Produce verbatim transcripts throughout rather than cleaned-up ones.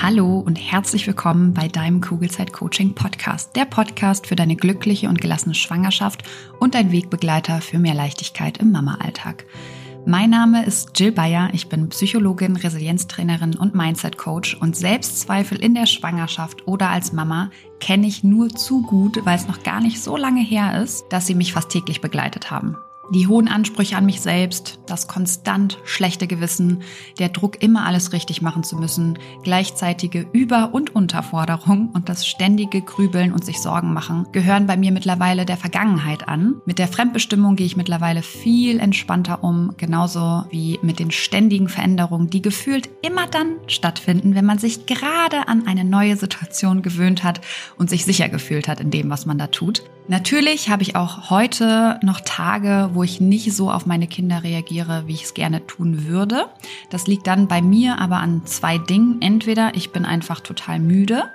Hallo und herzlich willkommen bei deinem Kugelzeit-Coaching-Podcast, der Podcast für deine glückliche und gelassene Schwangerschaft und dein Wegbegleiter für mehr Leichtigkeit im Mama-Alltag. Mein Name ist Jill Bayer, ich bin Psychologin, Resilienztrainerin und Mindset-Coach und Selbstzweifel in der Schwangerschaft oder als Mama kenne ich nur zu gut, weil es noch gar nicht so lange her ist, dass sie mich fast täglich begleitet haben. Die hohen Ansprüche an mich selbst, das konstant schlechte Gewissen, der Druck, immer alles richtig machen zu müssen, gleichzeitige Über- und Unterforderung und das ständige Grübeln und sich Sorgen machen gehören bei mir mittlerweile der Vergangenheit an. Mit der Fremdbestimmung gehe ich mittlerweile viel entspannter um, genauso wie mit den ständigen Veränderungen, die gefühlt immer dann stattfinden, wenn man sich gerade an eine neue Situation gewöhnt hat und sich sicher gefühlt hat in dem, was man da tut. Natürlich habe ich auch heute noch Tage, wo ich nicht so auf meine Kinder reagiere, wie ich es gerne tun würde. Das liegt dann bei mir aber an zwei Dingen. Entweder ich bin einfach total müde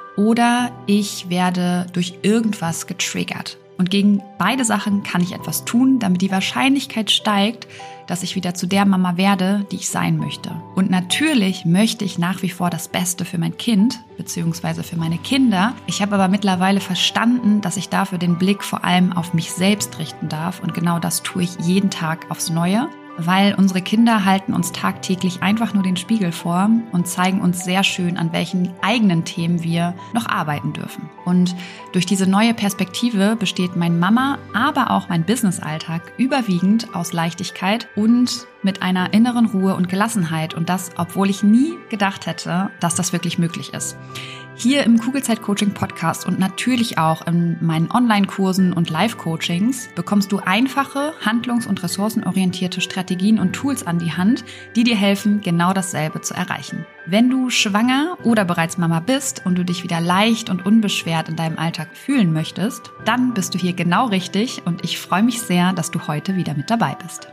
oder ich werde durch irgendwas getriggert. Und gegen beide Sachen kann ich etwas tun, damit die Wahrscheinlichkeit steigt, dass ich wieder zu der Mama werde, die ich sein möchte. Und natürlich möchte ich nach wie vor das Beste für mein Kind bzw. für meine Kinder. Ich habe aber mittlerweile verstanden, dass ich dafür den Blick vor allem auf mich selbst richten darf. Und genau das tue ich jeden Tag aufs Neue. Weil unsere Kinder halten uns tagtäglich einfach nur den Spiegel vor und zeigen uns sehr schön, an welchen eigenen Themen wir noch arbeiten dürfen. Und durch diese neue Perspektive besteht mein Mama, aber auch mein Business-Alltag überwiegend aus Leichtigkeit und mit einer inneren Ruhe und Gelassenheit. Und das, obwohl ich nie gedacht hätte, dass das wirklich möglich ist. Hier im Kugelzeit-Coaching-Podcast und natürlich auch in meinen Online-Kursen und Live-Coachings bekommst du einfache, handlungs- und ressourcenorientierte Strategien und Tools an die Hand, die dir helfen, genau dasselbe zu erreichen. Wenn du schwanger oder bereits Mama bist und du dich wieder leicht und unbeschwert in deinem Alltag fühlen möchtest, dann bist du hier genau richtig und ich freue mich sehr, dass du heute wieder mit dabei bist.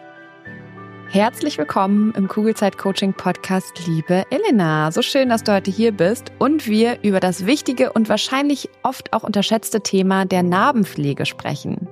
Herzlich willkommen im Kugelzeit-Coaching-Podcast, liebe Elena. So schön, dass du heute hier bist und wir über das wichtige und wahrscheinlich oft auch unterschätzte Thema der Narbenpflege sprechen.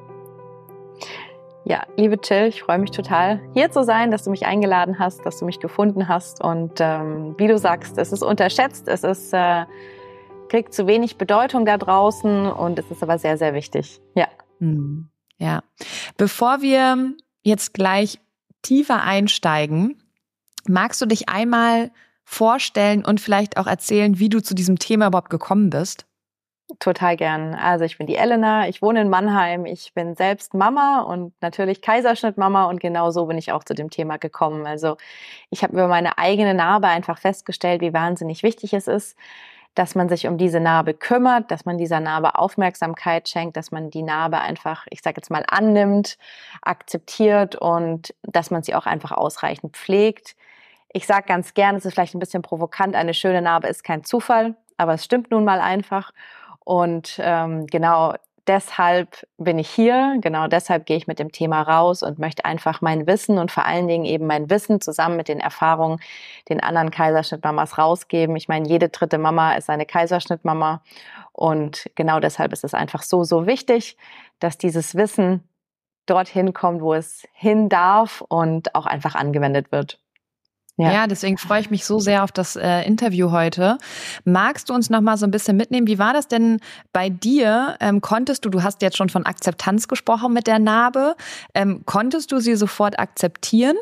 Ja, liebe Jill, ich freue mich total, hier zu sein, dass du mich eingeladen hast, dass du mich gefunden hast. Und ähm, wie du sagst, es ist unterschätzt, es ist, äh, kriegt zu wenig Bedeutung da draußen und es ist aber sehr, sehr wichtig. Ja. Hm, ja. Bevor wir jetzt gleich tiefer einsteigen, magst du dich einmal vorstellen und vielleicht auch erzählen, wie du zu diesem Thema überhaupt gekommen bist? Total gern. Also ich bin die Elena, ich wohne in Mannheim, ich bin selbst Mama und natürlich Kaiserschnittmama und genau so bin ich auch zu dem Thema gekommen. Also ich habe über meine eigene Narbe einfach festgestellt, wie wahnsinnig wichtig es ist, dass man sich um diese Narbe kümmert, dass man dieser Narbe Aufmerksamkeit schenkt, dass man die Narbe einfach, ich sage jetzt mal, annimmt, akzeptiert und dass man sie auch einfach ausreichend pflegt. Ich sage ganz gern, es ist vielleicht ein bisschen provokant, eine schöne Narbe ist kein Zufall, aber es stimmt nun mal einfach. Und ähm, genau deshalb bin ich hier, genau deshalb gehe ich mit dem Thema raus und möchte einfach mein Wissen und vor allen Dingen eben mein Wissen zusammen mit den Erfahrungen den anderen Kaiserschnittmamas rausgeben. Ich meine, jede dritte Mama ist eine Kaiserschnittmama und genau deshalb ist es einfach so, so wichtig, dass dieses Wissen dorthin kommt, wo es hin darf und auch einfach angewendet wird. Ja. ja, deswegen freue ich mich so sehr auf das äh, Interview heute. Magst du uns noch mal so ein bisschen mitnehmen? Wie war das denn bei dir? Ähm, konntest du, du hast jetzt schon von Akzeptanz gesprochen mit der Narbe, ähm, konntest du sie sofort akzeptieren?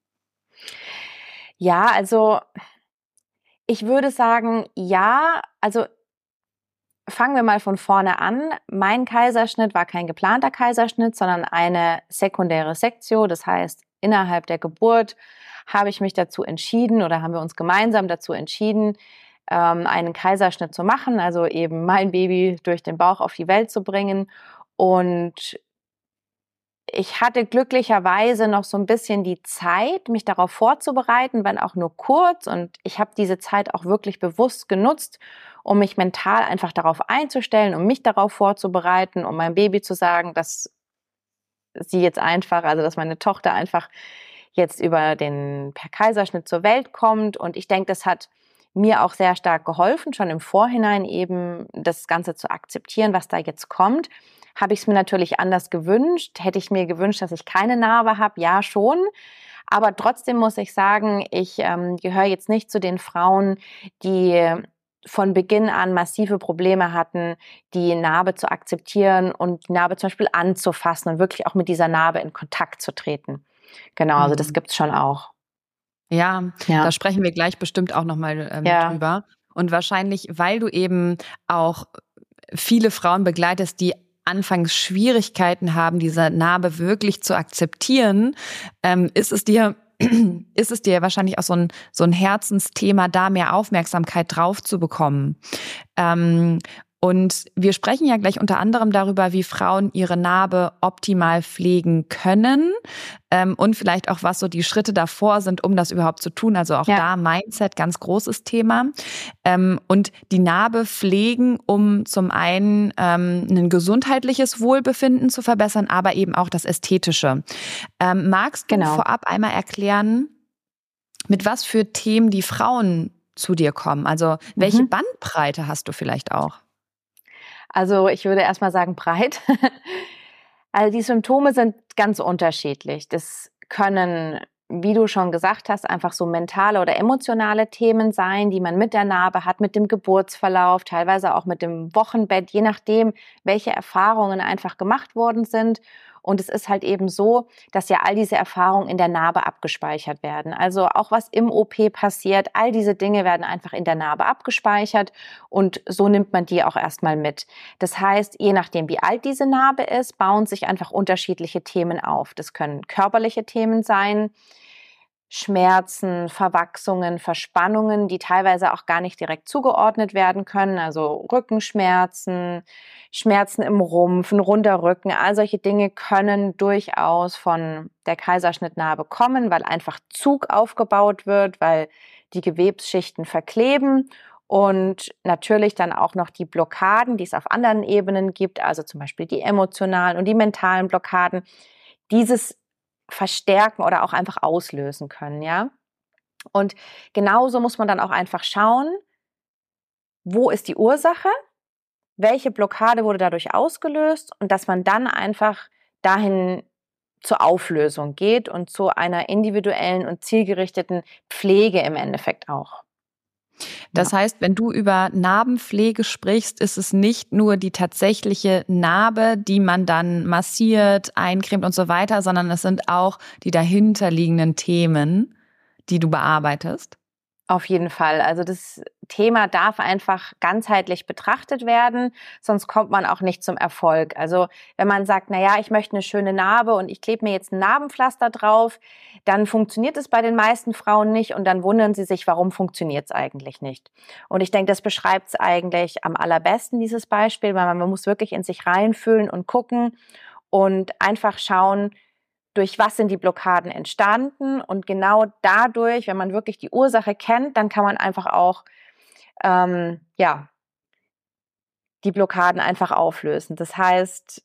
Ja, also ich würde sagen, ja, also fangen wir mal von vorne an. Mein Kaiserschnitt war kein geplanter Kaiserschnitt, sondern eine sekundäre Sektio, das heißt innerhalb der Geburt habe ich mich dazu entschieden oder haben wir uns gemeinsam dazu entschieden, einen Kaiserschnitt zu machen, also eben mein Baby durch den Bauch auf die Welt zu bringen. Und ich hatte glücklicherweise noch so ein bisschen die Zeit, mich darauf vorzubereiten, wenn auch nur kurz. Und ich habe diese Zeit auch wirklich bewusst genutzt, um mich mental einfach darauf einzustellen, um mich darauf vorzubereiten, um meinem Baby zu sagen, dass sie jetzt einfach, also dass meine Tochter einfach jetzt über den per Kaiserschnitt zur Welt kommt. Und ich denke, das hat mir auch sehr stark geholfen, schon im Vorhinein eben das Ganze zu akzeptieren, was da jetzt kommt. Habe ich es mir natürlich anders gewünscht. Hätte ich mir gewünscht, dass ich keine Narbe habe? Ja, schon. Aber trotzdem muss ich sagen, ich ähm, gehöre jetzt nicht zu den Frauen, die von Beginn an massive Probleme hatten, die Narbe zu akzeptieren und die Narbe zum Beispiel anzufassen und wirklich auch mit dieser Narbe in Kontakt zu treten. Genau, also das gibt's schon auch. Ja, Ja. da sprechen wir gleich bestimmt auch nochmal ähm, Ja. drüber. Und wahrscheinlich, weil du eben auch viele Frauen begleitest, die anfangs Schwierigkeiten haben, diese Narbe wirklich zu akzeptieren, ähm, ist es dir ist es dir wahrscheinlich auch so ein, so ein Herzensthema, da mehr Aufmerksamkeit drauf zu bekommen. Ähm, und wir sprechen ja gleich unter anderem darüber, wie Frauen ihre Narbe optimal pflegen können ähm, und vielleicht auch, was so die Schritte davor sind, um das überhaupt zu tun. Also auch Ja. da Mindset, ganz großes Thema. Ähm, und die Narbe pflegen, um zum einen ähm, ein gesundheitliches Wohlbefinden zu verbessern, aber eben auch das Ästhetische. Ähm, magst du Genau. vorab einmal erklären, mit was für Themen die Frauen zu dir kommen? Also welche Mhm. Bandbreite hast du vielleicht auch? Also ich würde erstmal sagen breit. Also die Symptome sind ganz unterschiedlich. Das können, wie du schon gesagt hast, einfach so mentale oder emotionale Themen sein, die man mit der Narbe hat, mit dem Geburtsverlauf, teilweise auch mit dem Wochenbett, je nachdem, welche Erfahrungen einfach gemacht worden sind. Und es ist halt eben so, dass ja all diese Erfahrungen in der Narbe abgespeichert werden. Also auch was im O P passiert, all diese Dinge werden einfach in der Narbe abgespeichert und so nimmt man die auch erstmal mit. Das heißt, je nachdem, wie alt diese Narbe ist, bauen sich einfach unterschiedliche Themen auf. Das können körperliche Themen sein, Schmerzen, Verwachsungen, Verspannungen, die teilweise auch gar nicht direkt zugeordnet werden können, also Rückenschmerzen, Schmerzen im Rumpf, ein runder Rücken, all solche Dinge können durchaus von der Kaiserschnittnarbe kommen, weil einfach Zug aufgebaut wird, weil die Gewebsschichten verkleben und natürlich dann auch noch die Blockaden, die es auf anderen Ebenen gibt, also zum Beispiel die emotionalen und die mentalen Blockaden, dieses verstärken oder auch einfach auslösen können, ja. Und genauso muss man dann auch einfach schauen, wo ist die Ursache, welche Blockade wurde dadurch ausgelöst und dass man dann einfach dahin zur Auflösung geht und zu einer individuellen und zielgerichteten Pflege im Endeffekt auch. Das heißt, wenn du über Narbenpflege sprichst, ist es nicht nur die tatsächliche Narbe, die man dann massiert, eincremt und so weiter, sondern es sind auch die dahinterliegenden Themen, die du bearbeitest. Auf jeden Fall. Also das Thema darf einfach ganzheitlich betrachtet werden, sonst kommt man auch nicht zum Erfolg. Also wenn man sagt, na ja, ich möchte eine schöne Narbe und ich klebe mir jetzt ein Narbenpflaster drauf, dann funktioniert es bei den meisten Frauen nicht und dann wundern sie sich, warum funktioniert es eigentlich nicht. Und ich denke, das beschreibt es eigentlich am allerbesten, dieses Beispiel, weil man, man muss wirklich in sich reinfühlen und gucken und einfach schauen, durch was sind die Blockaden entstanden und genau dadurch, wenn man wirklich die Ursache kennt, dann kann man einfach auch ähm, ja, die Blockaden einfach auflösen. Das heißt,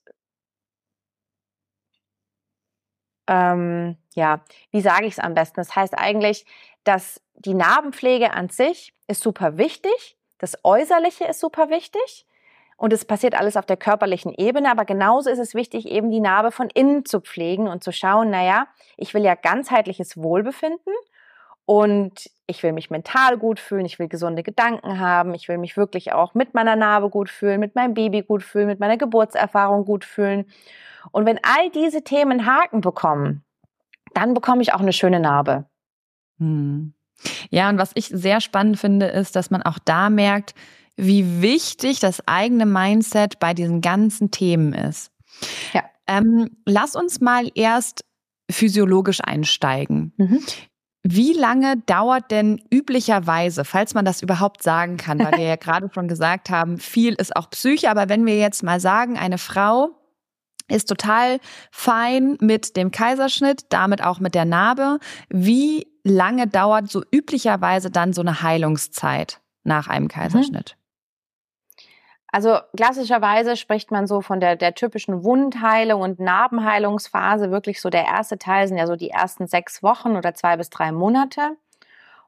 ähm, ja, wie sage ich es am besten? Das heißt eigentlich, dass die Narbenpflege an sich ist super wichtig, das Äußerliche ist super wichtig. Und es passiert alles auf der körperlichen Ebene, aber genauso ist es wichtig, eben die Narbe von innen zu pflegen und zu schauen, naja, ich will ja ganzheitliches Wohlbefinden und ich will mich mental gut fühlen, ich will gesunde Gedanken haben, ich will mich wirklich auch mit meiner Narbe gut fühlen, mit meinem Baby gut fühlen, mit meiner Geburtserfahrung gut fühlen. Und wenn all diese Themen Haken bekommen, dann bekomme ich auch eine schöne Narbe. Hm. Ja, und was ich sehr spannend finde, ist, dass man auch da merkt, wie wichtig das eigene Mindset bei diesen ganzen Themen ist. Ja. Ähm, lass uns mal erst physiologisch einsteigen. Mhm. Wie lange dauert denn üblicherweise, falls man das überhaupt sagen kann, weil wir ja gerade schon gesagt haben, viel ist auch Psyche, aber wenn wir jetzt mal sagen, eine Frau ist total fein mit dem Kaiserschnitt, damit auch mit der Narbe, wie lange dauert so üblicherweise dann so eine Heilungszeit nach einem Kaiserschnitt? Also klassischerweise spricht man so von der, der typischen Wundheilung und Narbenheilungsphase. Wirklich so der erste Teil sind ja so die ersten sechs Wochen oder zwei bis drei Monate.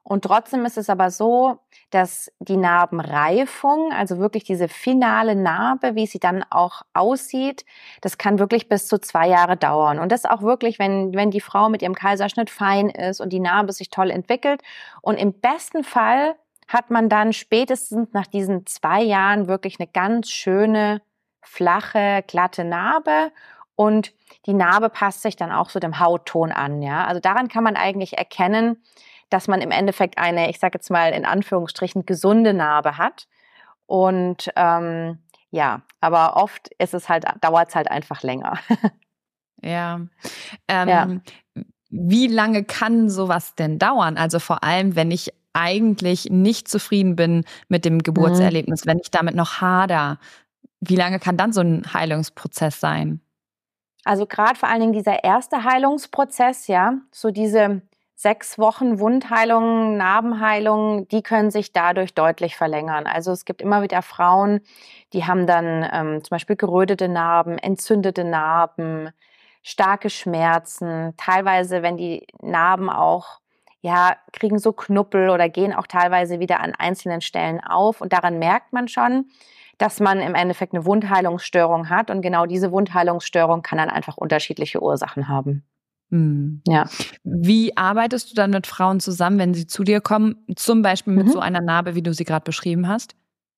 Und trotzdem ist es aber so, dass die Narbenreifung, also wirklich diese finale Narbe, wie sie dann auch aussieht, das kann wirklich bis zu zwei Jahre dauern. Und das auch wirklich, wenn, wenn die Frau mit ihrem Kaiserschnitt fein ist und die Narbe sich toll entwickelt. Und im besten Fall hat man dann spätestens nach diesen zwei Jahren wirklich eine ganz schöne, flache, glatte Narbe. Und die Narbe passt sich dann auch so dem Hautton an. Ja? Also daran kann man eigentlich erkennen, dass man im Endeffekt eine, ich sage jetzt mal in Anführungsstrichen, gesunde Narbe hat. Und ähm, ja, aber oft ist es halt, dauert es halt einfach länger. Ja. Ähm, ja. Wie lange kann sowas denn dauern? Also vor allem, wenn ich eigentlich nicht zufrieden bin mit dem Geburtserlebnis, mhm. wenn ich damit noch hader, wie lange kann dann so ein Heilungsprozess sein? Also gerade vor allen Dingen dieser erste Heilungsprozess, ja, so diese sechs Wochen Wundheilung, Narbenheilung, die können sich dadurch deutlich verlängern. Also es gibt immer wieder Frauen, die haben dann ähm, zum Beispiel gerötete Narben, entzündete Narben, starke Schmerzen. Teilweise, wenn die Narben auch, ja, kriegen so Knuppel oder gehen auch teilweise wieder an einzelnen Stellen auf. Und daran merkt man schon, dass man im Endeffekt eine Wundheilungsstörung hat. Und genau diese Wundheilungsstörung kann dann einfach unterschiedliche Ursachen haben. Hm. Ja. Wie arbeitest du dann mit Frauen zusammen, wenn sie zu dir kommen, zum Beispiel mit mhm. so einer Narbe, wie du sie gerade beschrieben hast?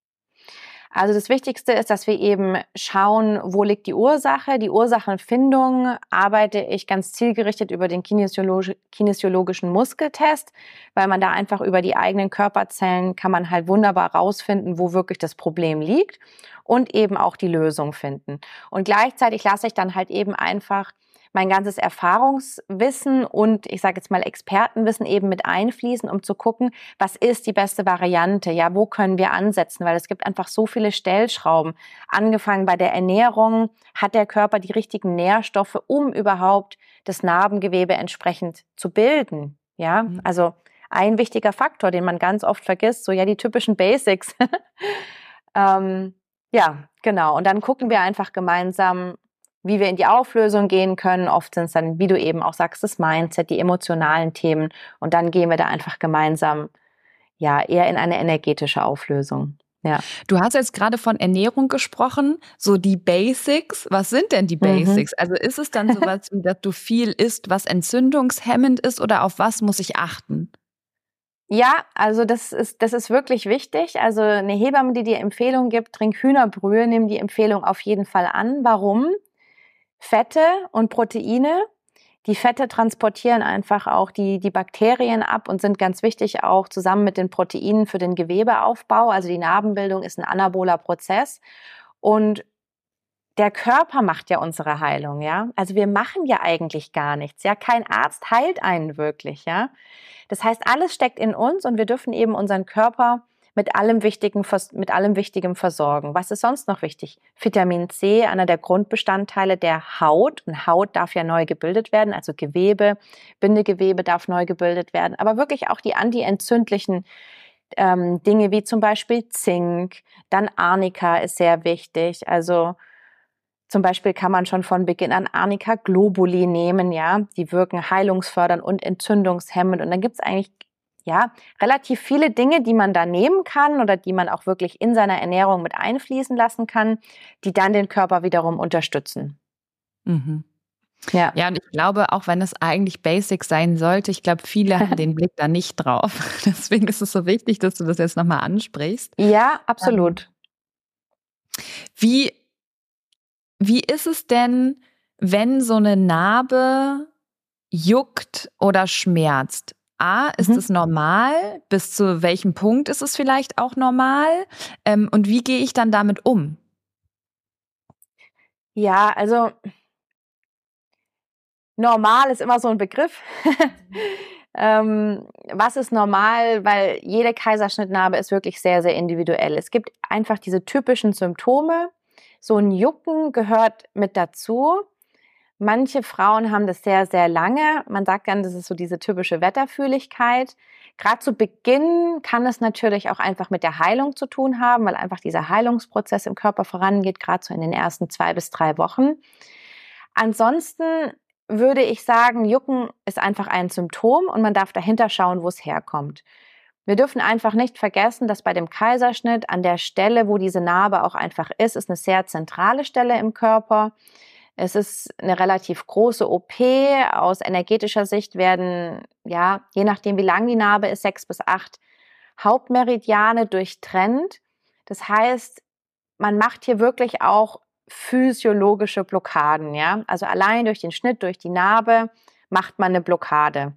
Also das Wichtigste ist, dass wir eben schauen, wo liegt die Ursache. Die Ursachenfindung arbeite ich ganz zielgerichtet über den kinesiologi- kinesiologischen Muskeltest, weil man da einfach über die eigenen Körperzellen kann man halt wunderbar rausfinden, wo wirklich das Problem liegt und eben auch die Lösung finden. Und gleichzeitig lasse ich dann halt eben einfach mein ganzes Erfahrungswissen und ich sage jetzt mal Expertenwissen eben mit einfließen, um zu gucken, was ist die beste Variante, ja, wo können wir ansetzen, weil es gibt einfach so viele Stellschrauben. Angefangen bei der Ernährung, hat der Körper die richtigen Nährstoffe, um überhaupt das Narbengewebe entsprechend zu bilden, ja, mhm. also ein wichtiger Faktor, den man ganz oft vergisst, so ja die typischen Basics. ähm, ja, genau, und dann gucken wir einfach gemeinsam, wie wir in die Auflösung gehen können. Oft sind es dann, wie du eben auch sagst, das Mindset, die emotionalen Themen. Und dann gehen wir da einfach gemeinsam, ja, eher in eine energetische Auflösung. Ja. Du hast jetzt gerade von Ernährung gesprochen, so die Basics. Was sind denn die Basics? Mhm. Also ist es dann sowas wie, dass du viel isst, was entzündungshemmend ist, oder auf was muss ich achten? Ja, also das ist, das ist wirklich wichtig. Also eine Hebamme, die dir Empfehlung gibt, trink Hühnerbrühe, nimm die Empfehlung auf jeden Fall an. Warum? Fette und Proteine. Die Fette transportieren einfach auch die, die Bakterien ab und sind ganz wichtig auch zusammen mit den Proteinen für den Gewebeaufbau. Also die Narbenbildung ist ein anaboler Prozess. Und der Körper macht ja unsere Heilung, ja. Also wir machen ja eigentlich gar nichts, ja. Kein Arzt heilt einen wirklich, ja. Das heißt, alles steckt in uns und wir dürfen eben unseren Körper mit allem Wichtigen, mit allem Wichtigem versorgen. Was ist sonst noch wichtig? Vitamin C, einer der Grundbestandteile der Haut. Und Haut darf ja neu gebildet werden, also Gewebe, Bindegewebe darf neu gebildet werden. Aber wirklich auch die antientzündlichen ähm, Dinge wie zum Beispiel Zink, dann Arnika ist sehr wichtig. Also zum Beispiel kann man schon von Beginn an Arnika Globuli nehmen, ja. Die wirken heilungsfördernd und entzündungshemmend. Und dann gibt es eigentlich ja, relativ viele Dinge, die man da nehmen kann oder die man auch wirklich in seiner Ernährung mit einfließen lassen kann, die dann den Körper wiederum unterstützen. Mhm. Ja. Ja, und ich glaube, auch wenn es eigentlich basic sein sollte, ich glaube, viele haben den Blick da nicht drauf. Deswegen ist es so wichtig, dass du das jetzt nochmal ansprichst. Ja, absolut. Wie, wie ist es denn, wenn so eine Narbe juckt oder schmerzt? A, ist mhm. es normal? Bis zu welchem Punkt ist es vielleicht auch normal? Ähm, und wie gehe ich dann damit um? Ja, also normal ist immer so ein Begriff. ähm, was ist normal? Weil jede Kaiserschnittnarbe ist wirklich sehr, sehr individuell. Es gibt einfach diese typischen Symptome. So ein Jucken gehört mit dazu. Manche Frauen haben das sehr, sehr lange. Man sagt dann, das ist so diese typische Wetterfühligkeit. Gerade zu Beginn kann es natürlich auch einfach mit der Heilung zu tun haben, weil einfach dieser Heilungsprozess im Körper vorangeht, gerade so in den ersten zwei bis drei Wochen. Ansonsten würde ich sagen, Jucken ist einfach ein Symptom und man darf dahinter schauen, wo es herkommt. Wir dürfen einfach nicht vergessen, dass bei dem Kaiserschnitt an der Stelle, wo diese Narbe auch einfach ist, ist eine sehr zentrale Stelle im Körper. Es ist eine relativ große O P. Aus energetischer Sicht werden, ja, je nachdem wie lang die Narbe ist, sechs bis acht Hauptmeridiane durchtrennt. Das heißt, man macht hier wirklich auch physiologische Blockaden, ja. Also allein durch den Schnitt, durch die Narbe macht man eine Blockade.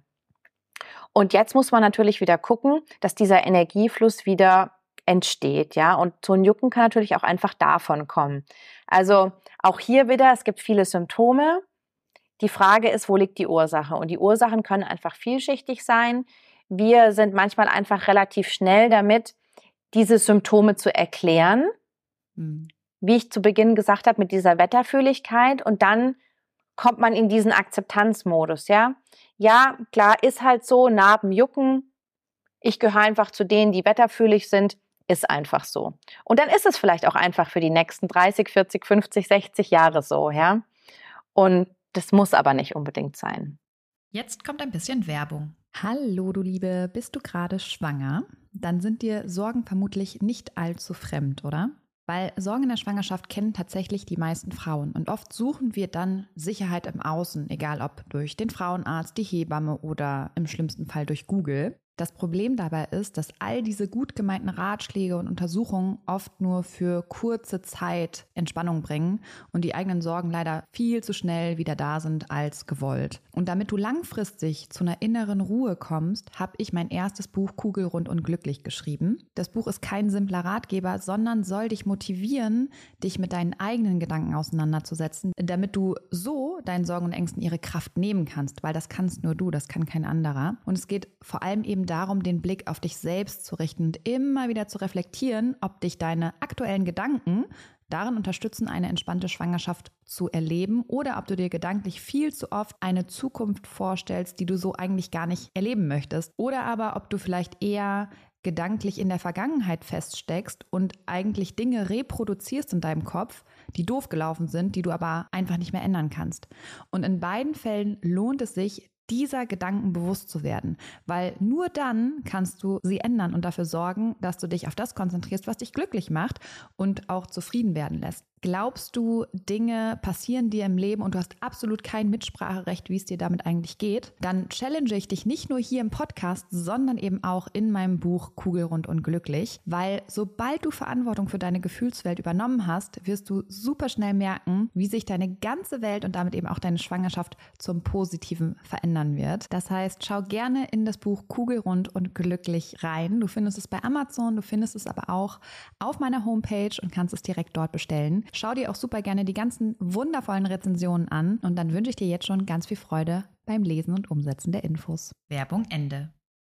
Und jetzt muss man natürlich wieder gucken, dass dieser Energiefluss wieder entsteht, ja. Und so ein Jucken kann natürlich auch einfach davon kommen. Also auch hier wieder, es gibt viele Symptome. Die Frage ist, wo liegt die Ursache? Und die Ursachen können einfach vielschichtig sein. Wir sind manchmal einfach relativ schnell damit, diese Symptome zu erklären. Mhm. Wie ich zu Beginn gesagt habe, mit dieser Wetterfühligkeit. Und dann kommt man in diesen Akzeptanzmodus, ja. Ja, klar, ist halt so, Narben jucken. Ich gehöre einfach zu denen, die wetterfühlig sind. Ist einfach so. Und dann ist es vielleicht auch einfach für die nächsten dreißig, vierzig, fünfzig, sechzig Jahre so, ja. Und das muss aber nicht unbedingt sein. Jetzt kommt ein bisschen Werbung. Hallo du Liebe, bist du gerade schwanger? Dann sind dir Sorgen vermutlich nicht allzu fremd, oder? Weil Sorgen in der Schwangerschaft kennen tatsächlich die meisten Frauen und oft suchen wir dann Sicherheit im Außen, egal ob durch den Frauenarzt, die Hebamme oder im schlimmsten Fall durch Google. Das Problem dabei ist, dass all diese gut gemeinten Ratschläge und Untersuchungen oft nur für kurze Zeit Entspannung bringen und die eigenen Sorgen leider viel zu schnell wieder da sind als gewollt. Und damit du langfristig zu einer inneren Ruhe kommst, habe ich mein erstes Buch Kugelrund und glücklich geschrieben. Das Buch ist kein simpler Ratgeber, sondern soll dich motivieren, dich mit deinen eigenen Gedanken auseinanderzusetzen, damit du so deinen Sorgen und Ängsten ihre Kraft nehmen kannst, weil das kannst nur du, das kann kein anderer. Und es geht vor allem eben darum, den Blick auf dich selbst zu richten und immer wieder zu reflektieren, ob dich deine aktuellen Gedanken darin unterstützen, eine entspannte Schwangerschaft zu erleben oder ob du dir gedanklich viel zu oft eine Zukunft vorstellst, die du so eigentlich gar nicht erleben möchtest. Oder aber ob du vielleicht eher gedanklich in der Vergangenheit feststeckst und eigentlich Dinge reproduzierst in deinem Kopf, die doof gelaufen sind, die du aber einfach nicht mehr ändern kannst. Und in beiden Fällen lohnt es sich, dieser Gedanken bewusst zu werden, weil nur dann kannst du sie ändern und dafür sorgen, dass du dich auf das konzentrierst, was dich glücklich macht und auch zufrieden werden lässt. Glaubst du, Dinge passieren dir im Leben und du hast absolut kein Mitspracherecht, wie es dir damit eigentlich geht? Dann challenge ich dich nicht nur hier im Podcast, sondern eben auch in meinem Buch Kugelrund und glücklich, weil sobald du Verantwortung für deine Gefühlswelt übernommen hast, wirst du super schnell merken, wie sich deine ganze Welt und damit eben auch deine Schwangerschaft zum Positiven verändern wird. Das heißt, schau gerne in das Buch Kugelrund und glücklich rein. Du findest es bei Amazon, du findest es aber auch auf meiner Homepage und kannst es direkt dort bestellen. Schau dir auch super gerne die ganzen wundervollen Rezensionen an und dann wünsche ich dir jetzt schon ganz viel Freude beim Lesen und Umsetzen der Infos. Werbung Ende.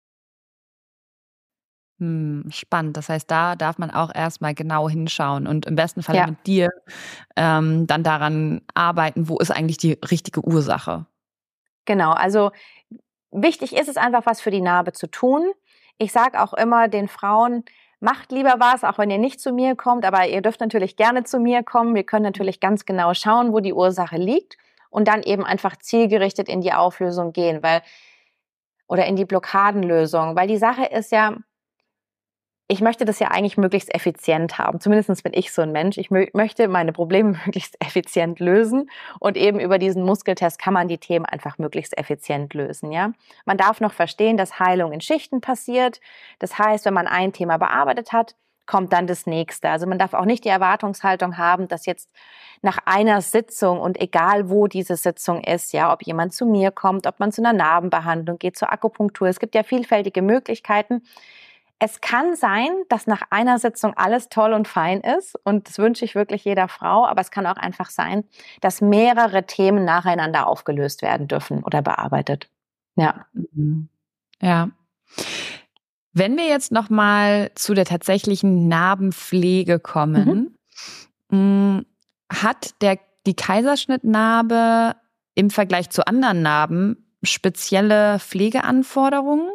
Hm, spannend. Das heißt, da darf man auch erstmal genau hinschauen und im besten Fall Ja. mit dir ähm, dann daran arbeiten, wo ist eigentlich die richtige Ursache. Genau, also wichtig ist es einfach, was für die Narbe zu tun. Ich sage auch immer den Frauen, macht lieber was, auch wenn ihr nicht zu mir kommt, aber ihr dürft natürlich gerne zu mir kommen. Wir können natürlich ganz genau schauen, wo die Ursache liegt und dann eben einfach zielgerichtet in die Auflösung gehen, weil oder in die Blockadenlösung, weil die Sache ist ja, ich möchte das ja eigentlich möglichst effizient haben. Zumindest bin ich so ein Mensch. Ich mö- möchte meine Probleme möglichst effizient lösen und eben über diesen Muskeltest kann man die Themen einfach möglichst effizient lösen. Ja? Man darf noch verstehen, dass Heilung in Schichten passiert. Das heißt, wenn man ein Thema bearbeitet hat, kommt dann das nächste. Also man darf auch nicht die Erwartungshaltung haben, dass jetzt nach einer Sitzung und egal wo diese Sitzung ist, ja, ob jemand zu mir kommt, ob man zu einer Narbenbehandlung geht, zur Akupunktur. Es gibt ja vielfältige Möglichkeiten. Es kann sein, dass nach einer Sitzung alles toll und fein ist und das wünsche ich wirklich jeder Frau, aber es kann auch einfach sein, dass mehrere Themen nacheinander aufgelöst werden dürfen oder bearbeitet. Ja. Mhm. Ja. Wenn wir jetzt nochmal zu der tatsächlichen Narbenpflege kommen, mhm. hat der, die Kaiserschnittnarbe im Vergleich zu anderen Narben spezielle Pflegeanforderungen?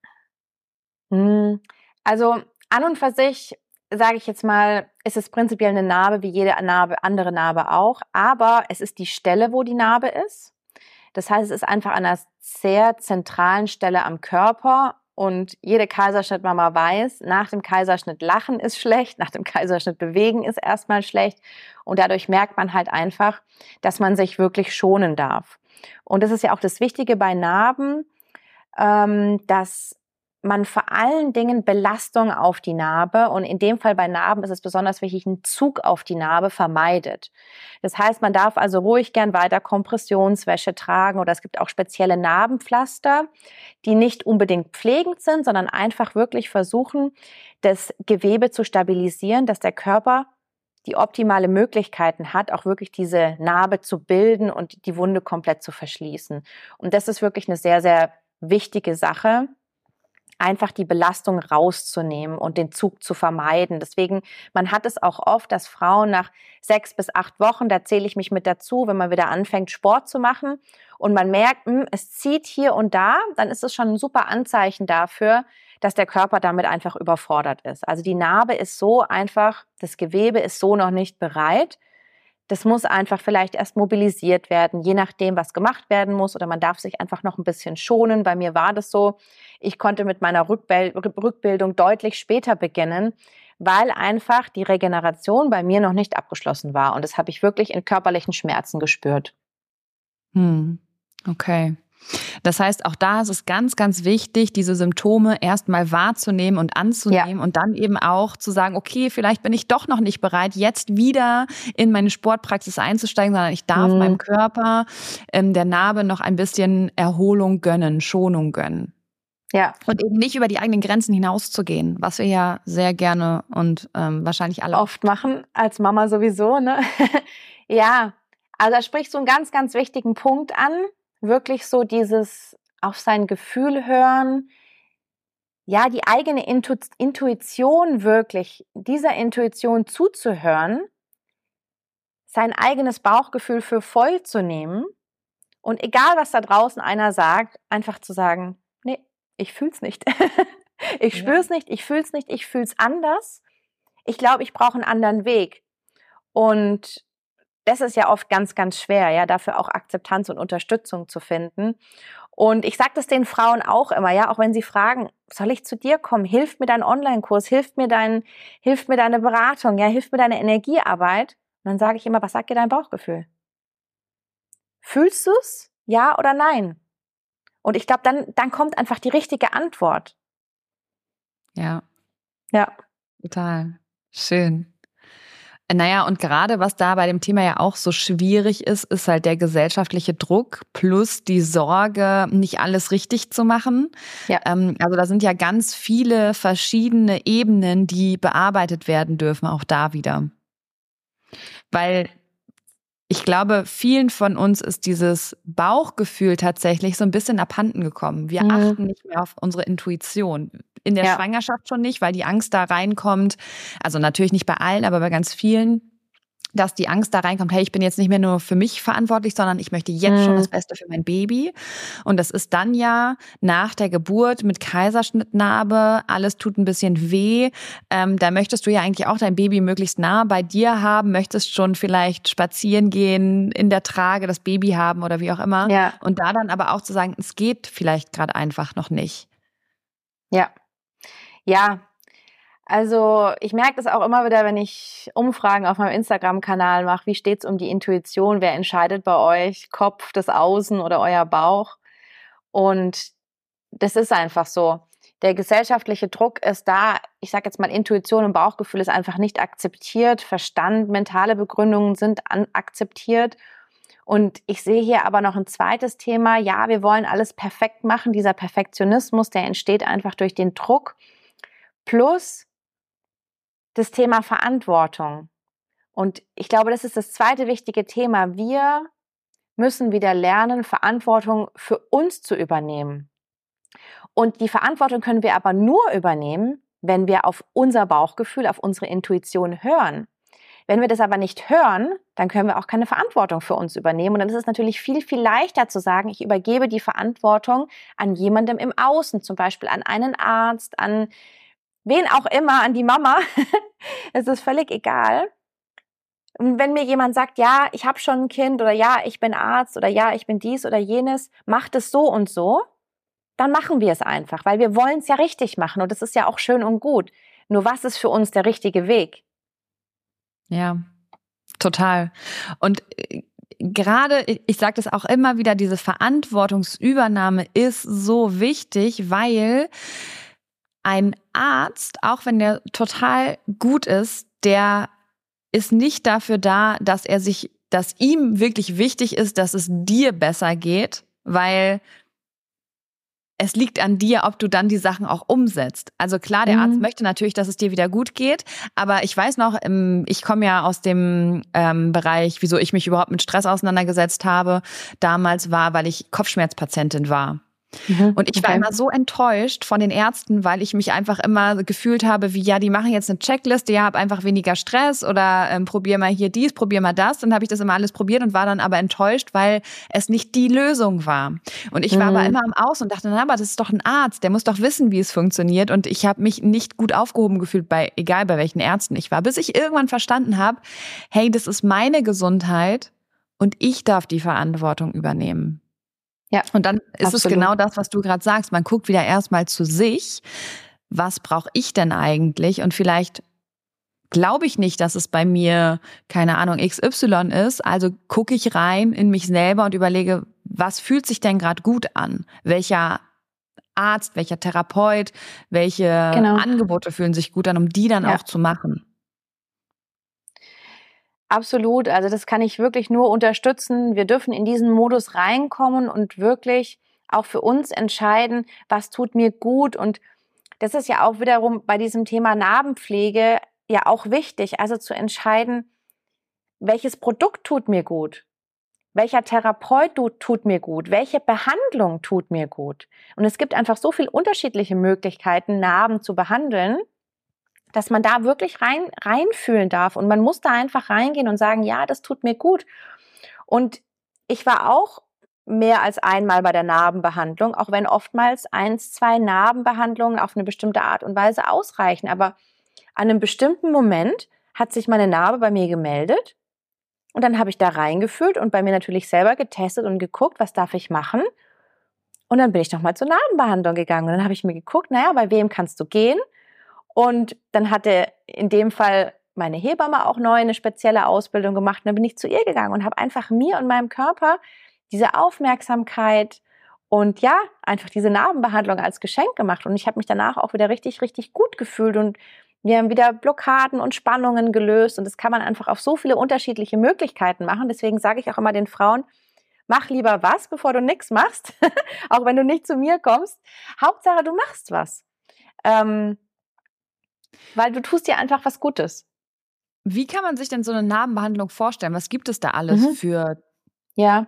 Also an und für sich, sage ich jetzt mal, ist es prinzipiell eine Narbe wie jede Narbe, andere Narbe auch, aber es ist die Stelle, wo die Narbe ist. Das heißt, es ist einfach an einer sehr zentralen Stelle am Körper. Und jede Kaiserschnittmama weiß, nach dem Kaiserschnitt lachen ist schlecht, nach dem Kaiserschnitt bewegen ist erstmal schlecht. Und dadurch merkt man halt einfach, dass man sich wirklich schonen darf. Und das ist ja auch das Wichtige bei Narben, ähm, dass man vor allen Dingen Belastung auf die Narbe, und in dem Fall bei Narben ist es besonders wichtig, einen Zug auf die Narbe vermeidet. Das heißt, man darf also ruhig gern weiter Kompressionswäsche tragen, oder es gibt auch spezielle Narbenpflaster, die nicht unbedingt pflegend sind, sondern einfach wirklich versuchen, das Gewebe zu stabilisieren, dass der Körper die optimale Möglichkeiten hat, auch wirklich diese Narbe zu bilden und die Wunde komplett zu verschließen. Und das ist wirklich eine sehr, sehr wichtige Sache, einfach die Belastung rauszunehmen und den Zug zu vermeiden. Deswegen, man hat es auch oft, dass Frauen nach sechs bis acht Wochen, da zähle ich mich mit dazu, wenn man wieder anfängt, Sport zu machen und man merkt, mh, es zieht hier und da, dann ist es schon ein super Anzeichen dafür, dass der Körper damit einfach überfordert ist. Also die Narbe ist so einfach, das Gewebe ist so noch nicht bereit. Das muss einfach vielleicht erst mobilisiert werden, je nachdem, was gemacht werden muss, oder man darf sich einfach noch ein bisschen schonen. Bei mir war das so, ich konnte mit meiner Rückbildung deutlich später beginnen, weil einfach die Regeneration bei mir noch nicht abgeschlossen war. Und das habe ich wirklich in körperlichen Schmerzen gespürt. Hm. Okay. Das heißt, auch da ist es ganz, ganz wichtig, diese Symptome erstmal wahrzunehmen und anzunehmen, ja, und dann eben auch zu sagen, okay, vielleicht bin ich doch noch nicht bereit, jetzt wieder in meine Sportpraxis einzusteigen, sondern ich darf mhm. meinem Körper, ähm, der Narbe noch ein bisschen Erholung gönnen, Schonung gönnen. Ja. Und eben nicht über die eigenen Grenzen hinauszugehen, was wir ja sehr gerne und ähm, wahrscheinlich alle oft machen, als Mama sowieso, ne? Ja, also da sprichst du einen ganz, ganz wichtigen Punkt an. Wirklich so dieses auf sein Gefühl hören, ja, die eigene Intu- Intuition wirklich, dieser Intuition zuzuhören, sein eigenes Bauchgefühl für voll zu nehmen und egal, was da draußen einer sagt, einfach zu sagen, nee, ich fühl's nicht. ich spür's nicht, ich fühl's nicht, ich fühl's anders. Ich glaube, ich brauche einen anderen Weg. Und das ist ja oft ganz, ganz schwer, ja, dafür auch Akzeptanz und Unterstützung zu finden. Und ich sage das den Frauen auch immer, ja, auch wenn sie fragen, soll ich zu dir kommen? Hilft mir dein Online-Kurs? Hilft mir dein, hilft mir deine Beratung? Ja, hilft mir deine Energiearbeit? Und dann sage ich immer, was sagt dir dein Bauchgefühl? Fühlst du's? Ja oder nein? Und ich glaube, dann, dann kommt einfach die richtige Antwort. Ja. Ja. Total. Schön. Naja, und gerade was da bei dem Thema ja auch so schwierig ist, ist halt der gesellschaftliche Druck plus die Sorge, nicht alles richtig zu machen. Ja. Ähm, also da sind ja ganz viele verschiedene Ebenen, die bearbeitet werden dürfen, auch da wieder. Weil ich glaube, vielen von uns ist dieses Bauchgefühl tatsächlich so ein bisschen abhanden gekommen. Wir mhm. achten nicht mehr auf unsere Intuition. In der ja. Schwangerschaft schon nicht, weil die Angst da reinkommt. Also natürlich nicht bei allen, aber bei ganz vielen, dass die Angst da reinkommt, hey, ich bin jetzt nicht mehr nur für mich verantwortlich, sondern ich möchte jetzt mhm. schon das Beste für mein Baby. Und das ist dann ja nach der Geburt mit Kaiserschnittnarbe, alles tut ein bisschen weh. Ähm, da möchtest du ja eigentlich auch dein Baby möglichst nah bei dir haben, möchtest schon vielleicht spazieren gehen, in der Trage das Baby haben oder wie auch immer. Ja. Und da dann aber auch zu sagen, es geht vielleicht gerade einfach noch nicht. Ja. Ja, also ich merke das auch immer wieder, wenn ich Umfragen auf meinem Instagram-Kanal mache, wie steht's um die Intuition, wer entscheidet bei euch, Kopf, das Außen oder euer Bauch? Und das ist einfach so. Der gesellschaftliche Druck ist da, ich sage jetzt mal, Intuition und Bauchgefühl ist einfach nicht akzeptiert, Verstand, mentale Begründungen sind an- akzeptiert. Und ich sehe hier aber noch ein zweites Thema, ja, wir wollen alles perfekt machen, dieser Perfektionismus, der entsteht einfach durch den Druck. Plus das Thema Verantwortung. Und ich glaube, das ist das zweite wichtige Thema. Wir müssen wieder lernen, Verantwortung für uns zu übernehmen. Und die Verantwortung können wir aber nur übernehmen, wenn wir auf unser Bauchgefühl, auf unsere Intuition hören. Wenn wir das aber nicht hören, dann können wir auch keine Verantwortung für uns übernehmen. Und dann ist es natürlich viel, viel leichter zu sagen, ich übergebe die Verantwortung an jemandem im Außen, zum Beispiel an einen Arzt, an wen auch immer, an die Mama, es ist völlig egal. Und wenn mir jemand sagt, ja, ich habe schon ein Kind oder ja, ich bin Arzt oder ja, ich bin dies oder jenes, macht es so und so, dann machen wir es einfach, weil wir wollen es ja richtig machen und das ist ja auch schön und gut. Nur was ist für uns der richtige Weg? Ja, total. Und gerade, ich sage das auch immer wieder, diese Verantwortungsübernahme ist so wichtig, weil ein Arzt, auch wenn der total gut ist, der ist nicht dafür da, dass er sich, dass ihm wirklich wichtig ist, dass es dir besser geht, weil es liegt an dir, ob du dann die Sachen auch umsetzt. Also klar, der mhm. Arzt möchte natürlich, dass es dir wieder gut geht, aber ich weiß noch, ich komme ja aus dem ähm, Bereich, wieso ich mich überhaupt mit Stress auseinandergesetzt habe, damals war, weil ich Kopfschmerzpatientin war. Mhm, und ich okay. war immer so enttäuscht von den Ärzten, weil ich mich einfach immer gefühlt habe, wie, ja, die machen jetzt eine Checkliste, ja, hab einfach weniger Stress oder ähm, probier mal hier dies, probier mal das. Dann habe ich das immer alles probiert und war dann aber enttäuscht, weil es nicht die Lösung war. Und ich war mhm. aber immer am Aus und dachte, na, aber das ist doch ein Arzt, der muss doch wissen, wie es funktioniert. Und ich habe mich nicht gut aufgehoben gefühlt, bei egal bei welchen Ärzten ich war, bis ich irgendwann verstanden habe, hey, das ist meine Gesundheit und ich darf die Verantwortung übernehmen. Ja, und dann ist absolut. Es genau das, was du gerade sagst. Man guckt wieder erstmal zu sich. Was brauche ich denn eigentlich? Und vielleicht glaube ich nicht, dass es bei mir, keine Ahnung, X Y ist. Also gucke ich rein in mich selber und überlege, was fühlt sich denn gerade gut an? Welcher Arzt, welcher Therapeut, welche genau. Angebote fühlen sich gut an, um die dann ja. auch zu machen? Absolut, also das kann ich wirklich nur unterstützen. Wir dürfen in diesen Modus reinkommen und wirklich auch für uns entscheiden, was tut mir gut. Und das ist ja auch wiederum bei diesem Thema Narbenpflege ja auch wichtig, also zu entscheiden, welches Produkt tut mir gut, welcher Therapeut tut mir gut, welche Behandlung tut mir gut. Und es gibt einfach so viele unterschiedliche Möglichkeiten, Narben zu behandeln, dass man da wirklich rein reinfühlen darf. Und man muss da einfach reingehen und sagen, ja, das tut mir gut. Und ich war auch mehr als einmal bei der Narbenbehandlung, auch wenn oftmals eins, zwei Narbenbehandlungen auf eine bestimmte Art und Weise ausreichen. Aber an einem bestimmten Moment hat sich meine Narbe bei mir gemeldet. Und dann habe ich da reingefühlt und bei mir natürlich selber getestet und geguckt, was darf ich machen. Und dann bin ich nochmal zur Narbenbehandlung gegangen. Und dann habe ich mir geguckt, naja, bei wem kannst du gehen? Und dann hatte in dem Fall meine Hebamme auch neu eine spezielle Ausbildung gemacht. Und dann bin ich zu ihr gegangen und habe einfach mir und meinem Körper diese Aufmerksamkeit und ja, einfach diese Narbenbehandlung als Geschenk gemacht. Und ich habe mich danach auch wieder richtig, richtig gut gefühlt und wir haben wieder Blockaden und Spannungen gelöst. Und das kann man einfach auf so viele unterschiedliche Möglichkeiten machen. Deswegen sage ich auch immer den Frauen, mach lieber was, bevor du nichts machst, auch wenn du nicht zu mir kommst. Hauptsache, du machst was. Ähm, Weil du tust dir einfach was Gutes. Wie kann man sich denn so eine Narbenbehandlung vorstellen? Was gibt es da alles mhm. für ja.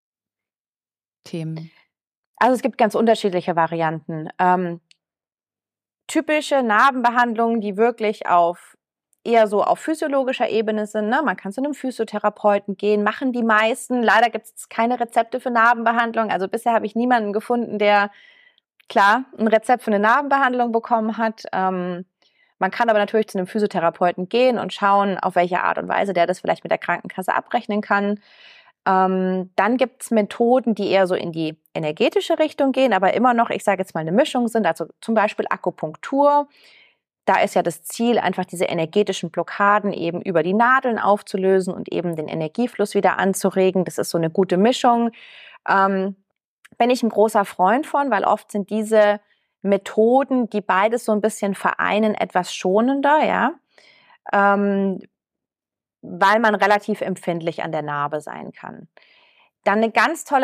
Themen? Also es gibt ganz unterschiedliche Varianten. Ähm, typische Narbenbehandlungen, die wirklich auf eher so auf physiologischer Ebene sind. Ne? Man kann zu einem Physiotherapeuten gehen, machen die meisten. Leider gibt es keine Rezepte für Narbenbehandlung. Also bisher habe ich niemanden gefunden, der klar ein Rezept für eine Narbenbehandlung bekommen hat. Ähm, Man kann aber natürlich zu einem Physiotherapeuten gehen und schauen, auf welche Art und Weise der das vielleicht mit der Krankenkasse abrechnen kann. Ähm, dann gibt es Methoden, die eher so in die energetische Richtung gehen, aber immer noch, ich sage jetzt mal, eine Mischung sind. Also zum Beispiel Akupunktur. Da ist ja das Ziel, einfach diese energetischen Blockaden eben über die Nadeln aufzulösen und eben den Energiefluss wieder anzuregen. Das ist so eine gute Mischung. Ähm, bin ich ein großer Freund von, weil oft sind diese Methoden, die beides so ein bisschen vereinen, etwas schonender, ja, ähm, weil man relativ empfindlich an der Narbe sein kann. Dann eine ganz tolle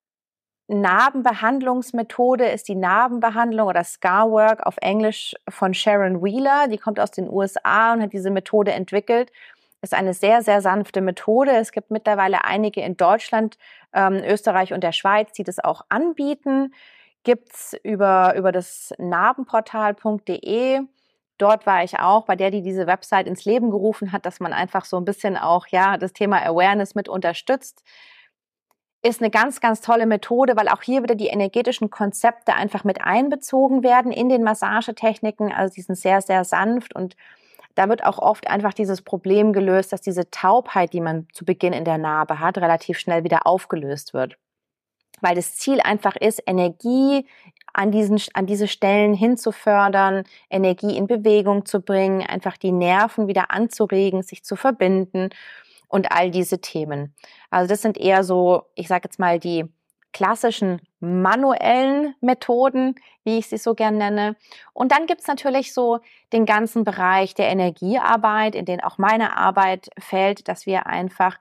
Narbenbehandlungsmethode ist die Narbenbehandlung oder Scarwork auf Englisch von Sharon Wheeler. Die kommt aus den U S A und hat diese Methode entwickelt. Ist eine sehr, sehr sanfte Methode. Es gibt mittlerweile einige in Deutschland, ähm, Österreich und der Schweiz, die das auch anbieten. Gibt's über, über das narbenportal punkt de. Dort war ich auch, bei der, die diese Website ins Leben gerufen hat, dass man einfach so ein bisschen auch, ja, das Thema Awareness mit unterstützt. Ist eine ganz, ganz tolle Methode, weil auch hier wieder die energetischen Konzepte einfach mit einbezogen werden in den Massagetechniken. Also die sind sehr, sehr sanft und da wird auch oft einfach dieses Problem gelöst, dass diese Taubheit, die man zu Beginn in der Narbe hat, relativ schnell wieder aufgelöst wird. Weil das Ziel einfach ist, Energie an diesen, an diese Stellen hinzufördern, Energie in Bewegung zu bringen, einfach die Nerven wieder anzuregen, sich zu verbinden und all diese Themen. Also das sind eher so, ich sage jetzt mal, die klassischen manuellen Methoden, wie ich sie so gern nenne. Und dann gibt's natürlich so den ganzen Bereich der Energiearbeit, in den auch meine Arbeit fällt, dass wir einfach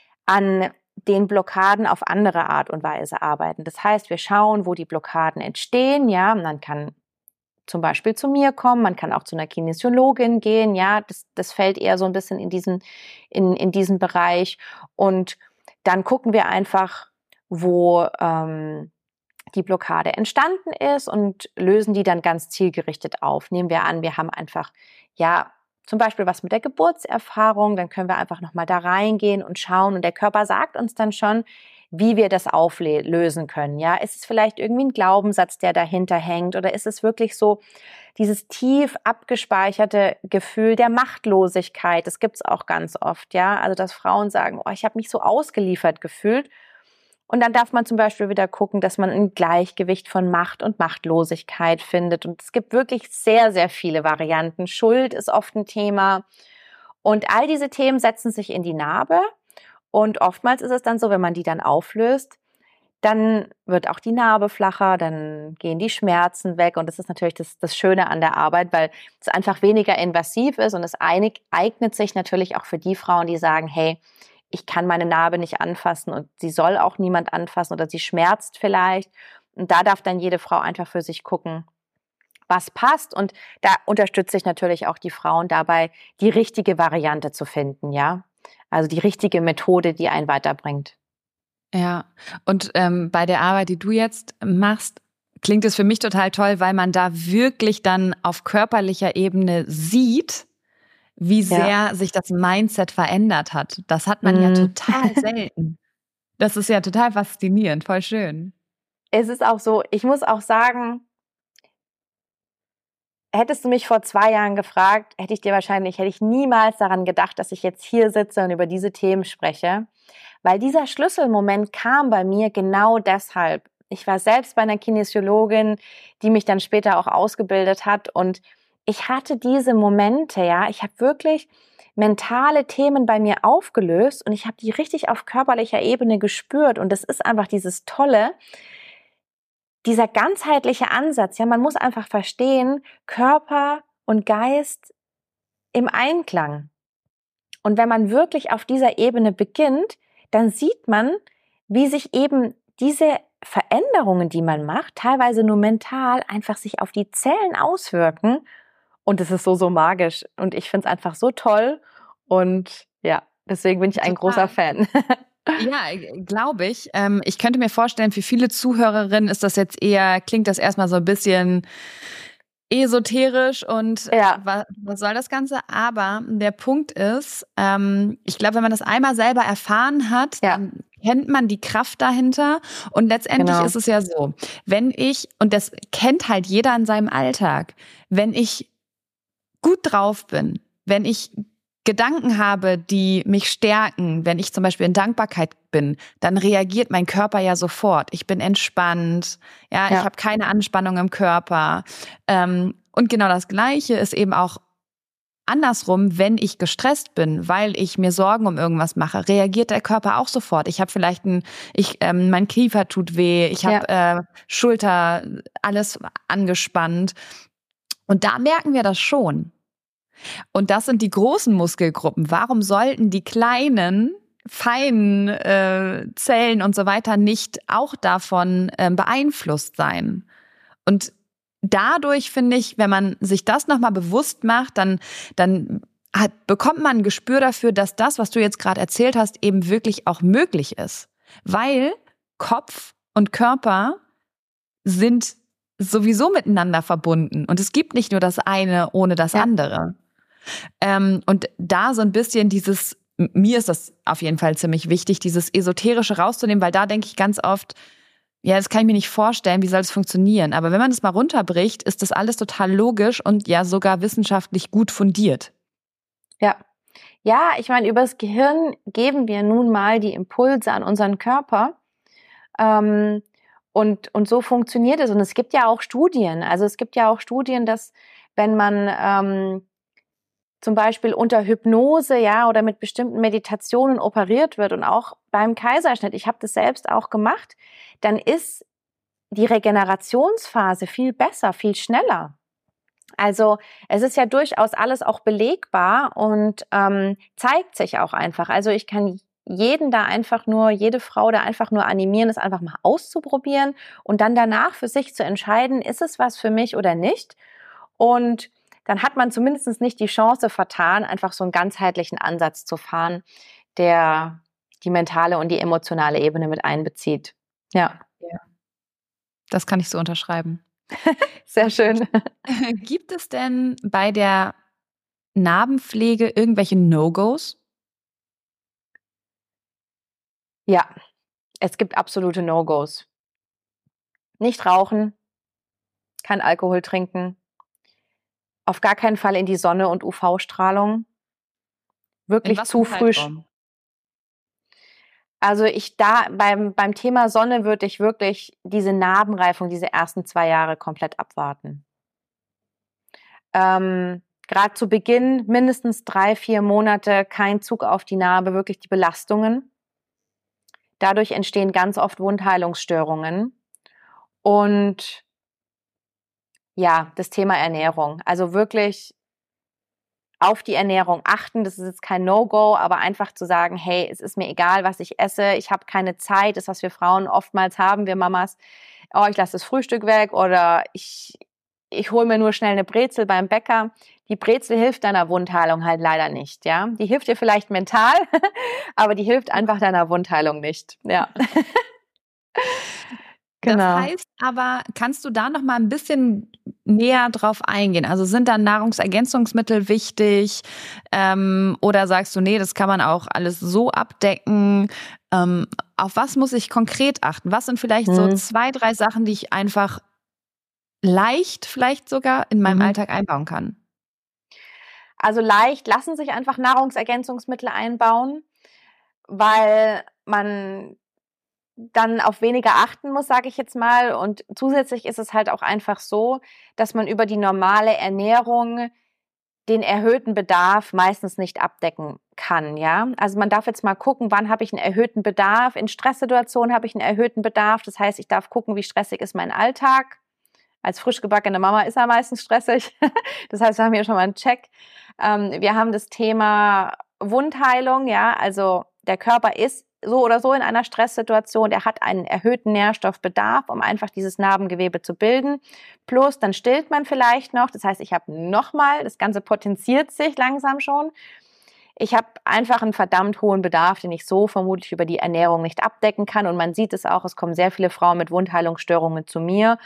an den Blockaden auf andere Art und Weise arbeiten. Das heißt, wir schauen, wo die Blockaden entstehen, ja, und man kann zum Beispiel zu mir kommen, man kann auch zu einer Kinesiologin gehen, ja, das, das fällt eher so ein bisschen in diesen, in, in diesen Bereich. Und dann gucken wir einfach, wo ähm, die Blockade entstanden ist und lösen die dann ganz zielgerichtet auf. Nehmen wir an, wir haben einfach, ja, zum Beispiel was mit der Geburtserfahrung, dann können wir einfach nochmal da reingehen und schauen und der Körper sagt uns dann schon, wie wir das auflösen können. Ja, ist es vielleicht irgendwie ein Glaubenssatz, der dahinter hängt, oder ist es wirklich so dieses tief abgespeicherte Gefühl der Machtlosigkeit? Das gibt's auch ganz oft, ja, also dass Frauen sagen, oh, ich habe mich so ausgeliefert gefühlt. Und dann darf man zum Beispiel wieder gucken, dass man ein Gleichgewicht von Macht und Machtlosigkeit findet. Und es gibt wirklich sehr, sehr viele Varianten. Schuld ist oft ein Thema. Und all diese Themen setzen sich in die Narbe. Und oftmals ist es dann so, wenn man die dann auflöst, dann wird auch die Narbe flacher, dann gehen die Schmerzen weg. Und das ist natürlich das, das Schöne an der Arbeit, weil es einfach weniger invasiv ist. Und es einig, eignet sich natürlich auch für die Frauen, die sagen, hey, ich kann meine Narbe nicht anfassen und sie soll auch niemand anfassen oder sie schmerzt vielleicht. Und da darf dann jede Frau einfach für sich gucken, was passt. Und da unterstütze ich natürlich auch die Frauen dabei, die richtige Variante zu finden, ja. Also die richtige Methode, die einen weiterbringt. Ja, und ähm, bei der Arbeit, die du jetzt machst, klingt es für mich total toll, weil man da wirklich dann auf körperlicher Ebene sieht, wie sehr ja. sich das Mindset verändert hat. Das hat man mm. ja total selten. Das ist ja total faszinierend, voll schön. Es ist auch so, ich muss auch sagen, hättest du mich vor zwei Jahren gefragt, hätte ich dir wahrscheinlich, hätte ich niemals daran gedacht, dass ich jetzt hier sitze und über diese Themen spreche. Weil dieser Schlüsselmoment kam bei mir genau deshalb. Ich war selbst bei einer Kinesiologin, die mich dann später auch ausgebildet hat, und ich hatte diese Momente, ja, ich habe wirklich mentale Themen bei mir aufgelöst und ich habe die richtig auf körperlicher Ebene gespürt, und das ist einfach dieses Tolle, dieser ganzheitliche Ansatz, ja, man muss einfach verstehen, Körper und Geist im Einklang. Und wenn man wirklich auf dieser Ebene beginnt, dann sieht man, wie sich eben diese Veränderungen, die man macht, teilweise nur mental, einfach sich auf die Zellen auswirken. Und es ist so, so magisch. Und ich finde es einfach so toll. Und ja, deswegen bin ich ein Total. großer Fan. Ja, glaube ich. Ähm, ich könnte mir vorstellen, für viele Zuhörerinnen ist das jetzt eher, klingt das erstmal so ein bisschen esoterisch und ja. was, was soll das Ganze? Aber der Punkt ist, ähm, ich glaube, wenn man das einmal selber erfahren hat, ja. dann kennt man die Kraft dahinter. Und letztendlich genau. ist es ja so, wenn ich, und das kennt halt jeder in seinem Alltag, wenn ich gut drauf bin, wenn ich Gedanken habe, die mich stärken, wenn ich zum Beispiel in Dankbarkeit bin, dann reagiert mein Körper ja sofort. Ich bin entspannt, ja, ja. ich habe keine Anspannung im Körper. Ähm, und genau das Gleiche ist eben auch andersrum, wenn ich gestresst bin, weil ich mir Sorgen um irgendwas mache, reagiert der Körper auch sofort. Ich habe vielleicht ein, ich, ähm, mein Kiefer tut weh, ich habe ja. äh, Schulter, alles angespannt. Und da merken wir das schon. Und das sind die großen Muskelgruppen. Warum sollten die kleinen, feinen äh, Zellen und so weiter nicht auch davon äh, beeinflusst sein? Und dadurch finde ich, wenn man sich das nochmal bewusst macht, dann, dann hat, bekommt man ein Gespür dafür, dass das, was du jetzt gerade erzählt hast, eben wirklich auch möglich ist. Weil Kopf und Körper sind sowieso miteinander verbunden. Und es gibt nicht nur das eine ohne das ja. andere. Ähm, und da so ein bisschen dieses, mir ist das auf jeden Fall ziemlich wichtig, dieses Esoterische rauszunehmen, weil da denke ich ganz oft, ja, das kann ich mir nicht vorstellen, wie soll das funktionieren? Aber wenn man das mal runterbricht, ist das alles total logisch und ja sogar wissenschaftlich gut fundiert. Ja. Ja, ich meine, übers Gehirn geben wir nun mal die Impulse an unseren Körper. Ähm, und, und so funktioniert es. Und es gibt ja auch Studien. Also es gibt ja auch Studien, dass wenn man ähm, zum Beispiel unter Hypnose, ja, oder mit bestimmten Meditationen operiert wird und auch beim Kaiserschnitt, ich habe das selbst auch gemacht, dann ist die Regenerationsphase viel besser, viel schneller. Also es ist ja durchaus alles auch belegbar und ähm, zeigt sich auch einfach. Also ich kann jeden da einfach nur, jede Frau da einfach nur animieren, es einfach mal auszuprobieren und dann danach für sich zu entscheiden, ist es was für mich oder nicht. Und dann hat man zumindest nicht die Chance vertan, einfach so einen ganzheitlichen Ansatz zu fahren, der die mentale und die emotionale Ebene mit einbezieht. Ja. Ja. Das kann ich so unterschreiben. Sehr schön. Gibt es denn bei der Narbenpflege irgendwelche No-Gos? Ja, es gibt absolute No-Gos. Nicht rauchen, kein Alkohol trinken, auf gar keinen Fall in die Sonne und U V-Strahlung. Wirklich zu früh. Also ich da beim, beim Thema Sonne würde ich wirklich diese Narbenreifung, diese ersten zwei Jahre komplett abwarten. Ähm, Gerade zu Beginn mindestens drei, vier Monate kein Zug auf die Narbe, wirklich die Belastungen. Dadurch entstehen ganz oft Wundheilungsstörungen. Und ja, das Thema Ernährung. Also wirklich auf die Ernährung achten. Das ist jetzt kein No-Go, aber einfach zu sagen, hey, es ist mir egal, was ich esse. Ich habe keine Zeit. Das, was wir Frauen oftmals haben, wir Mamas. Oh, ich lasse das Frühstück weg oder ich, ich hole mir nur schnell eine Brezel beim Bäcker. Die Brezel hilft deiner Wundheilung halt leider nicht, ja. Die hilft dir vielleicht mental, aber die hilft einfach deiner Wundheilung nicht, ja. Genau. Das heißt aber, kannst du da noch mal ein bisschen näher drauf eingehen? Also sind da Nahrungsergänzungsmittel wichtig ähm, oder sagst du, nee, das kann man auch alles so abdecken? Ähm, auf was muss ich konkret achten? Was sind vielleicht hm. so zwei, drei Sachen, die ich einfach leicht vielleicht sogar in meinem mhm. Alltag einbauen kann? Also leicht lassen sich einfach Nahrungsergänzungsmittel einbauen, weil man dann auf weniger achten muss, sage ich jetzt mal. Und zusätzlich ist es halt auch einfach so, dass man über die normale Ernährung den erhöhten Bedarf meistens nicht abdecken kann, ja. Also man darf jetzt mal gucken, wann habe ich einen erhöhten Bedarf. In Stresssituationen habe ich einen erhöhten Bedarf. Das heißt, ich darf gucken, wie stressig ist mein Alltag. Als frisch gebackene Mama ist er meistens stressig. Das heißt, wir haben hier schon mal einen Check. Wir haben das Thema Wundheilung, ja. Also der Körper ist so oder so in einer Stresssituation, der hat einen erhöhten Nährstoffbedarf, um einfach dieses Narbengewebe zu bilden. Plus, dann stillt man vielleicht noch. Das heißt, ich habe nochmal, das Ganze potenziert sich langsam schon. Ich habe einfach einen verdammt hohen Bedarf, den ich so vermutlich über die Ernährung nicht abdecken kann. Und man sieht es auch, es kommen sehr viele Frauen mit Wundheilungsstörungen zu mir.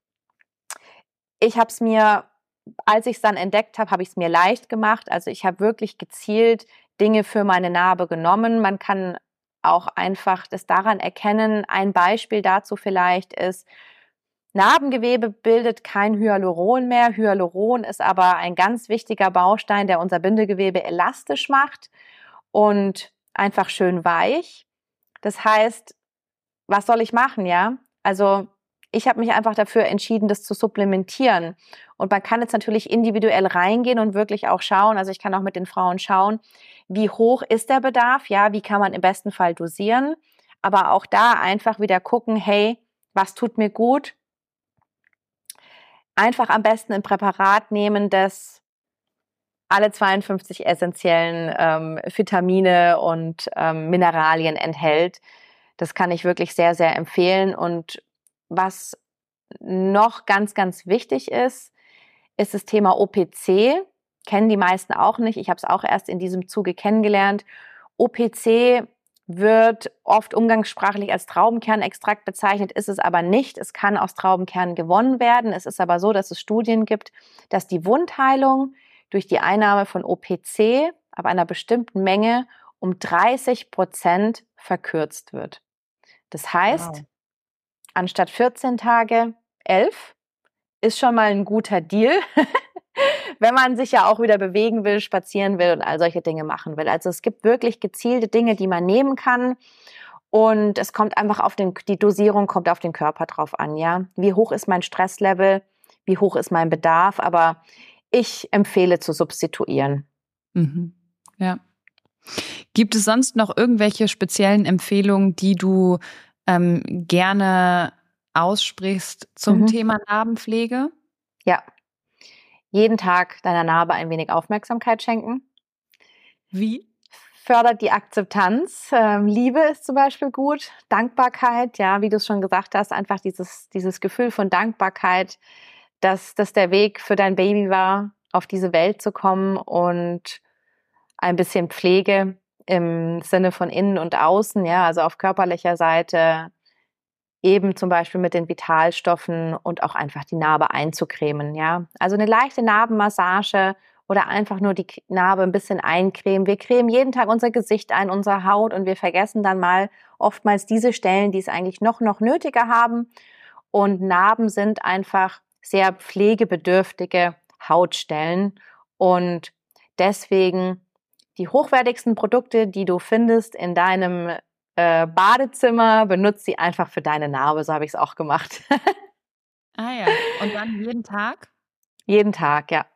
Ich habe es mir, als ich es dann entdeckt habe, habe ich es mir leicht gemacht. Also ich habe wirklich gezielt Dinge für meine Narbe genommen. Man kann auch einfach das daran erkennen. Ein Beispiel dazu vielleicht ist, Narbengewebe bildet kein Hyaluron mehr. Hyaluron ist aber ein ganz wichtiger Baustein, der unser Bindegewebe elastisch macht und einfach schön weich. Das heißt, was soll ich machen, ja? Also ich habe mich einfach dafür entschieden, das zu supplementieren. Und man kann jetzt natürlich individuell reingehen und wirklich auch schauen, also ich kann auch mit den Frauen schauen, wie hoch ist der Bedarf, ja, wie kann man im besten Fall dosieren, aber auch da einfach wieder gucken, hey, was tut mir gut? Einfach am besten ein Präparat nehmen, das alle zweiundfünfzig essentiellen ähm, Vitamine und ähm, Mineralien enthält. Das kann ich wirklich sehr, sehr empfehlen. Und was noch ganz, ganz wichtig ist, ist das Thema O P C. Kennen die meisten auch nicht. Ich habe es auch erst in diesem Zuge kennengelernt. O P C wird oft umgangssprachlich als Traubenkernextrakt bezeichnet, ist es aber nicht. Es kann aus Traubenkernen gewonnen werden. Es ist aber so, dass es Studien gibt, dass die Wundheilung durch die Einnahme von O P C ab einer bestimmten Menge um dreißig Prozent verkürzt wird. Das heißt, wow. Anstatt vierzehn Tage, elf ist schon mal ein guter Deal. wenn man sich ja auch wieder bewegen will, spazieren will und all solche Dinge machen will. Also es gibt wirklich gezielte Dinge, die man nehmen kann. Und es kommt einfach auf den, die Dosierung kommt auf den Körper drauf an, ja. Wie hoch ist mein Stresslevel? Wie hoch ist mein Bedarf? Aber ich empfehle zu substituieren. Mhm. Ja. Gibt es sonst noch irgendwelche speziellen Empfehlungen, die du ähm, gerne aussprichst zum Mhm. Thema Narbenpflege? Ja. Jeden Tag deiner Narbe ein wenig Aufmerksamkeit schenken. Wie? Fördert die Akzeptanz. Ähm, Liebe ist zum Beispiel gut. Dankbarkeit, ja, wie du es schon gesagt hast, einfach dieses, dieses Gefühl von Dankbarkeit, dass das der Weg für dein Baby war, auf diese Welt zu kommen, und ein bisschen Pflege im Sinne von innen und außen, ja, also auf körperlicher Seite eben zum Beispiel mit den Vitalstoffen und auch einfach die Narbe einzucremen, ja. Also eine leichte Narbenmassage oder einfach nur die Narbe ein bisschen eincremen. Wir cremen jeden Tag unser Gesicht ein, unsere Haut, und wir vergessen dann mal oftmals diese Stellen, die es eigentlich noch, noch nötiger haben. Und Narben sind einfach sehr pflegebedürftige Hautstellen, und deswegen die hochwertigsten Produkte, die du findest in deinem äh, Badezimmer, benutzt sie einfach für deine Narbe. So habe ich es auch gemacht. Ah ja, und dann jeden Tag? Jeden Tag, ja.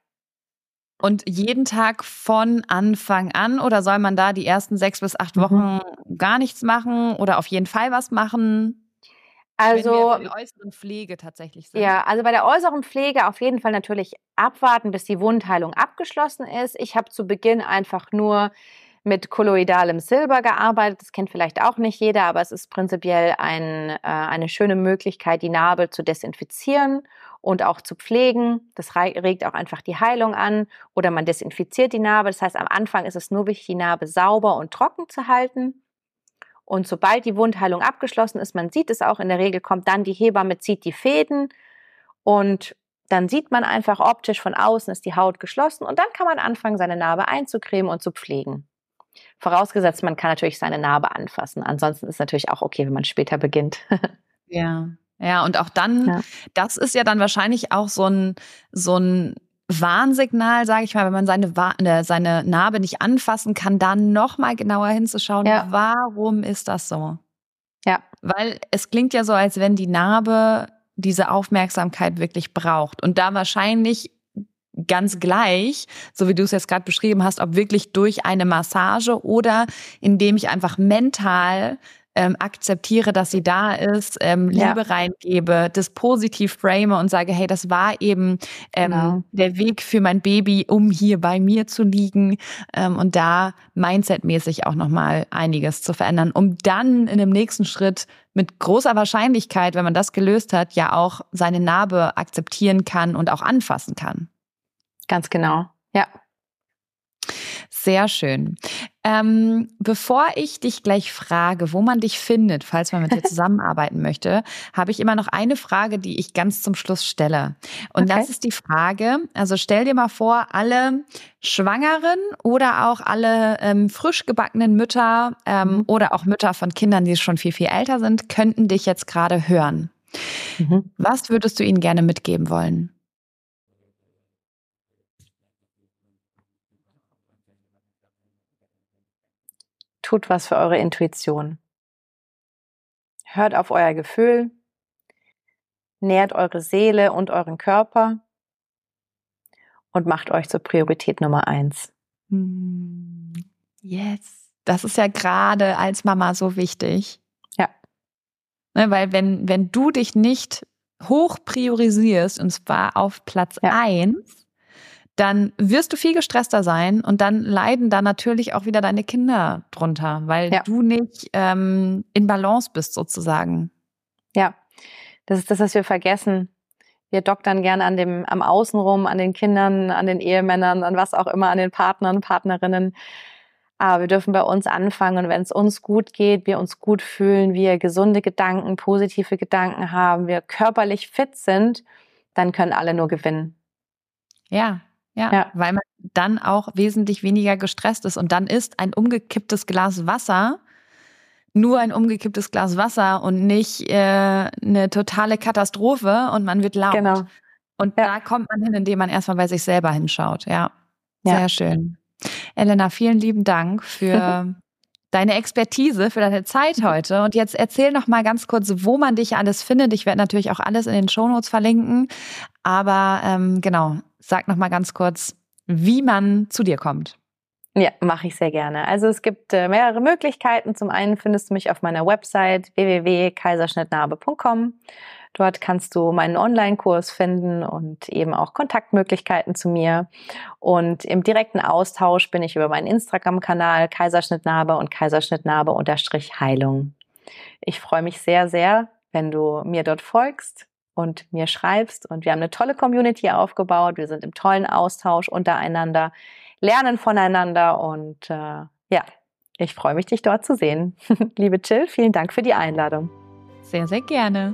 Und jeden Tag von Anfang an, oder soll man da die ersten sechs bis acht Wochen mhm. gar nichts machen oder auf jeden Fall was machen? Also, wenn wir bei der äußeren Pflege tatsächlich sind. Ja, also bei der äußeren Pflege auf jeden Fall natürlich abwarten, bis die Wundheilung abgeschlossen ist. Ich habe zu Beginn einfach nur mit kolloidalem Silber gearbeitet. Das kennt vielleicht auch nicht jeder, aber es ist prinzipiell ein, äh, eine schöne Möglichkeit, die Narbe zu desinfizieren und auch zu pflegen. Das regt auch einfach die Heilung an. Oder man desinfiziert die Narbe. Das heißt, am Anfang ist es nur wichtig, die Narbe sauber und trocken zu halten. Und sobald die Wundheilung abgeschlossen ist, man sieht es auch, in der Regel kommt dann die Hebamme, zieht die Fäden, und dann sieht man einfach optisch von außen, ist die Haut geschlossen, und dann kann man anfangen, seine Narbe einzucremen und zu pflegen. Vorausgesetzt, man kann natürlich seine Narbe anfassen. Ansonsten ist es natürlich auch okay, wenn man später beginnt. Ja, ja, und auch dann, ja. das ist ja dann wahrscheinlich auch so ein, so ein Warnsignal, sage ich mal, wenn man seine, seine Narbe nicht anfassen kann, dann noch mal genauer hinzuschauen, ja. warum ist das so? Ja. Weil es klingt ja so, als wenn die Narbe diese Aufmerksamkeit wirklich braucht. Und da wahrscheinlich ganz gleich, so wie du es jetzt gerade beschrieben hast, ob wirklich durch eine Massage oder indem ich einfach mental Ähm, akzeptiere, dass sie da ist, ähm, Liebe ja. reingebe, das positiv frame und sage, hey, das war eben ähm, genau. der Weg für mein Baby, um hier bei mir zu liegen, ähm, und da mindsetmäßig auch nochmal einiges zu verändern, um dann in dem nächsten Schritt mit großer Wahrscheinlichkeit, wenn man das gelöst hat, ja auch seine Narbe akzeptieren kann und auch anfassen kann. Ganz genau, ja. Sehr schön. Ähm, bevor ich dich gleich frage, wo man dich findet, falls man mit dir zusammenarbeiten möchte, habe ich immer noch eine Frage, die ich ganz zum Schluss stelle. Und okay. das ist die Frage, also stell dir mal vor, alle Schwangeren oder auch alle ähm, frisch gebackenen Mütter ähm, mhm. oder auch Mütter von Kindern, die schon viel, viel älter sind, könnten dich jetzt gerade hören. Mhm. Was würdest du ihnen gerne mitgeben wollen? Tut was für eure Intuition. Hört auf euer Gefühl, nährt eure Seele und euren Körper und macht euch zur Priorität Nummer eins. Yes. Das ist ja gerade als Mama so wichtig. Ja. Ne, weil wenn, wenn du dich nicht hoch priorisierst, und zwar auf Platz ja. eins, dann wirst du viel gestresster sein, und dann leiden da natürlich auch wieder deine Kinder drunter, weil ja. du nicht ähm, in Balance bist sozusagen. Ja, das ist das, was wir vergessen. Wir doktern gerne an dem, am Außenrum, an den Kindern, an den Ehemännern, an was auch immer, an den Partnern, Partnerinnen. Aber wir dürfen bei uns anfangen, und wenn es uns gut geht, wir uns gut fühlen, wir gesunde Gedanken, positive Gedanken haben, wir körperlich fit sind, dann können alle nur gewinnen. Ja. Ja, ja, weil man dann auch wesentlich weniger gestresst ist. Und dann ist ein umgekipptes Glas Wasser nur ein umgekipptes Glas Wasser und nicht äh, eine totale Katastrophe und man wird laut. Genau. Und ja. da kommt man hin, indem man erstmal bei sich selber hinschaut. Ja, sehr ja. schön. Elena, vielen lieben Dank für deine Expertise, für deine Zeit heute. Und jetzt erzähl noch mal ganz kurz, wo man dich alles findet. Ich werde natürlich auch alles in den Shownotes verlinken. Aber ähm, genau, sag noch mal ganz kurz, wie man zu dir kommt. Ja, mache ich sehr gerne. Also es gibt äh, mehrere Möglichkeiten. Zum einen findest du mich auf meiner Website w w w punkt kaiserschnittnarbe punkt com. Dort kannst du meinen Online-Kurs finden und eben auch Kontaktmöglichkeiten zu mir. Und im direkten Austausch bin ich über meinen Instagram-Kanal Kaiserschnittnarbe und Kaiserschnittnarbe-Heilung. Ich freue mich sehr, sehr, wenn du mir dort folgst und mir schreibst. Und wir haben eine tolle Community aufgebaut. Wir sind im tollen Austausch untereinander, lernen voneinander und äh, ja, ich freue mich, dich dort zu sehen. Liebe Jill, vielen Dank für die Einladung. Sehr, sehr gerne.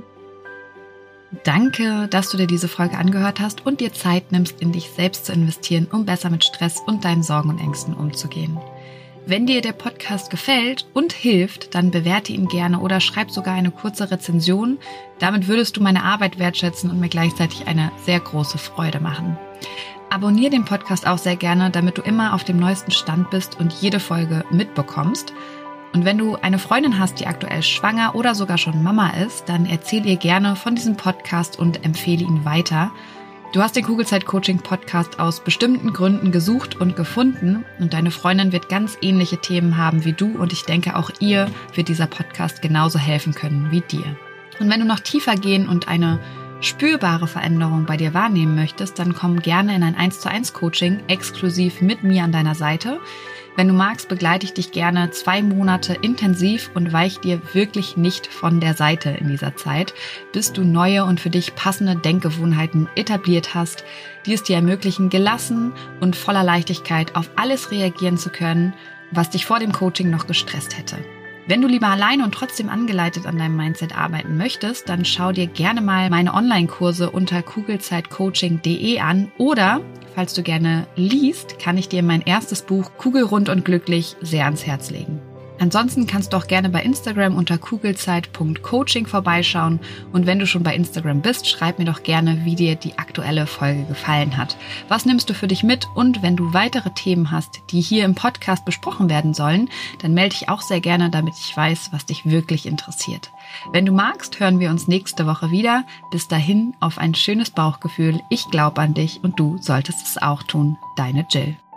Danke, dass du dir diese Folge angehört hast und dir Zeit nimmst, in dich selbst zu investieren, um besser mit Stress und deinen Sorgen und Ängsten umzugehen. Wenn dir der Podcast gefällt und hilft, dann bewerte ihn gerne oder schreib sogar eine kurze Rezension. Damit würdest du meine Arbeit wertschätzen und mir gleichzeitig eine sehr große Freude machen. Abonniere den Podcast auch sehr gerne, damit du immer auf dem neuesten Stand bist und jede Folge mitbekommst. Und wenn du eine Freundin hast, die aktuell schwanger oder sogar schon Mama ist, dann erzähl ihr gerne von diesem Podcast und empfehle ihn weiter. Du hast den Kugelzeit-Coaching-Podcast aus bestimmten Gründen gesucht und gefunden und deine Freundin wird ganz ähnliche Themen haben wie du und ich denke, auch ihr wird dieser Podcast genauso helfen können wie dir. Und wenn du noch tiefer gehen und eine spürbare Veränderung bei dir wahrnehmen möchtest, dann komm gerne in ein eins zu eins Coaching exklusiv mit mir an deiner Seite. Wenn du magst, begleite ich dich gerne zwei Monate intensiv und weich dir wirklich nicht von der Seite in dieser Zeit, bis du neue und für dich passende Denkgewohnheiten etabliert hast, die es dir ermöglichen, gelassen und voller Leichtigkeit auf alles reagieren zu können, was dich vor dem Coaching noch gestresst hätte. Wenn du lieber alleine und trotzdem angeleitet an deinem Mindset arbeiten möchtest, dann schau dir gerne mal meine Online-Kurse unter kugelzeitcoaching punkt de an oder, falls du gerne liest, kann ich dir mein erstes Buch Kugelrund und glücklich sehr ans Herz legen. Ansonsten kannst du auch gerne bei Instagram unter kugelzeit punkt coaching vorbeischauen und wenn du schon bei Instagram bist, schreib mir doch gerne, wie dir die aktuelle Folge gefallen hat. Was nimmst du für dich mit? Und wenn du weitere Themen hast, die hier im Podcast besprochen werden sollen, dann melde dich auch sehr gerne, damit ich weiß, was dich wirklich interessiert. Wenn du magst, hören wir uns nächste Woche wieder. Bis dahin auf ein schönes Bauchgefühl. Ich glaube an dich und du solltest es auch tun. Deine Jill.